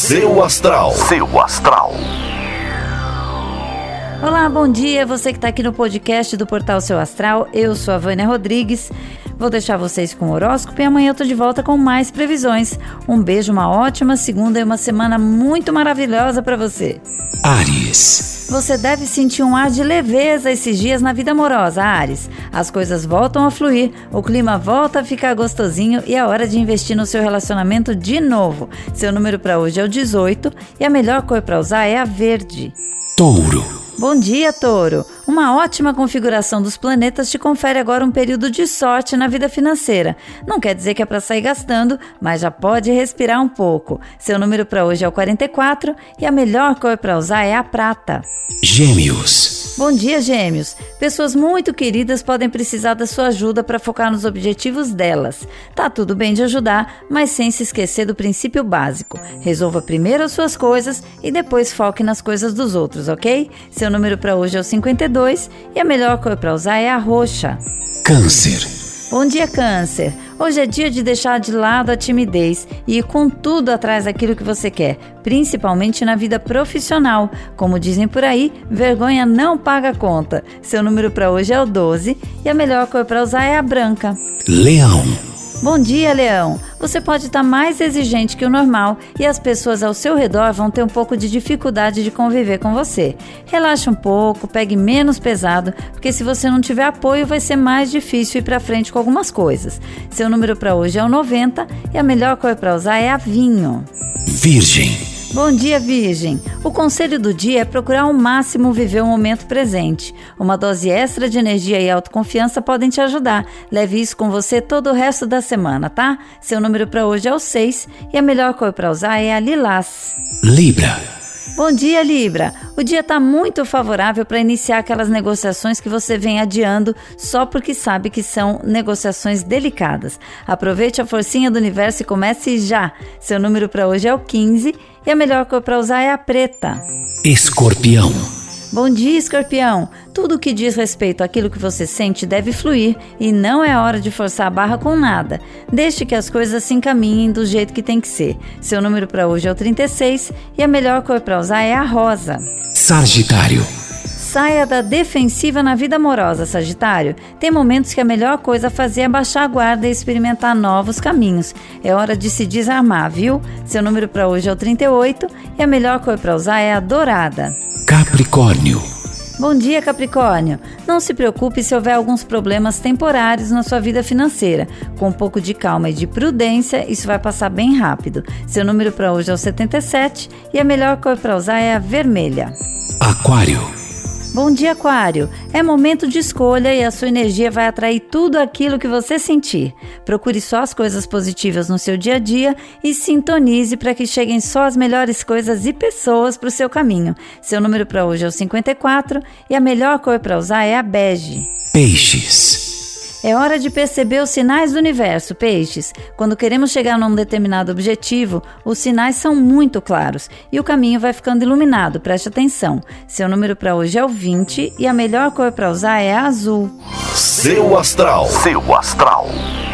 Seu Astral. Seu Astral. Olá, bom dia, você que está aqui no podcast do Portal Seu Astral. Eu sou a Vânia Rodrigues. Vou deixar vocês com o horóscopo e amanhã eu tô de volta com mais previsões. Um beijo, uma ótima segunda e uma semana muito maravilhosa para você. Áries. Você deve sentir um ar de leveza esses dias na vida amorosa, Áries. As coisas voltam a fluir, o clima volta a ficar gostosinho e é hora de investir no seu relacionamento de novo. Seu número para hoje é o 18 e a melhor cor para usar é a verde. Touro. Bom dia, Touro! Uma ótima configuração dos planetas te confere agora um período de sorte na vida financeira. Não quer dizer que é para sair gastando, mas já pode respirar um pouco. Seu número para hoje é o 44 e a melhor cor para usar é a prata. Gêmeos. Bom dia, Gêmeos! Pessoas muito queridas podem precisar da sua ajuda para focar nos objetivos delas. Tá tudo bem de ajudar, mas sem se esquecer do princípio básico. Resolva primeiro as suas coisas e depois foque nas coisas dos outros, ok? Seu número para hoje é o 52 e a melhor cor para usar é a roxa. Câncer. Bom dia, Câncer! Hoje é dia de deixar de lado a timidez e ir com tudo atrás daquilo que você quer, principalmente na vida profissional. Como dizem por aí, vergonha não paga conta. Seu número para hoje é o 12 e a melhor cor para usar é a branca. Leão. Bom dia, Leão! Você pode estar mais exigente que o normal e as pessoas ao seu redor vão ter um pouco de dificuldade de conviver com você. Relaxe um pouco, pegue menos pesado, porque se você não tiver apoio vai ser mais difícil ir para frente com algumas coisas. Seu número para hoje é o 90 e a melhor cor para usar é a vinho. Virgem. Bom dia, Virgem! O conselho do dia é procurar ao máximo viver o momento presente. Uma dose extra de energia e autoconfiança podem te ajudar. Leve isso com você todo o resto da semana, tá? Seu número para hoje é o 6 e a melhor cor para usar é a lilás. Libra. Bom dia, Libra! O dia está muito favorável para iniciar aquelas negociações que você vem adiando só porque sabe que são negociações delicadas. Aproveite a forcinha do universo e comece já! Seu número para hoje é o 15 e a melhor cor para usar é a preta. Escorpião. Bom dia, Escorpião! Tudo o que diz respeito àquilo que você sente deve fluir e não é hora de forçar a barra com nada. Deixe que as coisas se encaminhem do jeito que tem que ser. Seu número para hoje é o 36 e a melhor cor para usar é a rosa. Sagitário. Saia da defensiva na vida amorosa, Sagitário. Tem momentos que a melhor coisa a fazer é baixar a guarda e experimentar novos caminhos. É hora de se desarmar, viu? Seu número para hoje é o 38 e a melhor cor para usar é a dourada. Capricórnio. Bom dia, Capricórnio! Não se preocupe se houver alguns problemas temporários na sua vida financeira. Com um pouco de calma e de prudência, isso vai passar bem rápido. Seu número para hoje é o 77 e a melhor cor para usar é a vermelha. Aquário. Bom dia, Aquário! É momento de escolha e a sua energia vai atrair tudo aquilo que você sentir. Procure só as coisas positivas no seu dia a dia e sintonize para que cheguem só as melhores coisas e pessoas para o seu caminho. Seu número para hoje é o 54 e a melhor cor para usar é a bege. Peixes. É hora de perceber os sinais do universo, Peixes. Quando queremos chegar num determinado objetivo, os sinais são muito claros e o caminho vai ficando iluminado, preste atenção. Seu número para hoje é o 20 e a melhor cor para usar é a azul. Seu Astral. Seu Astral.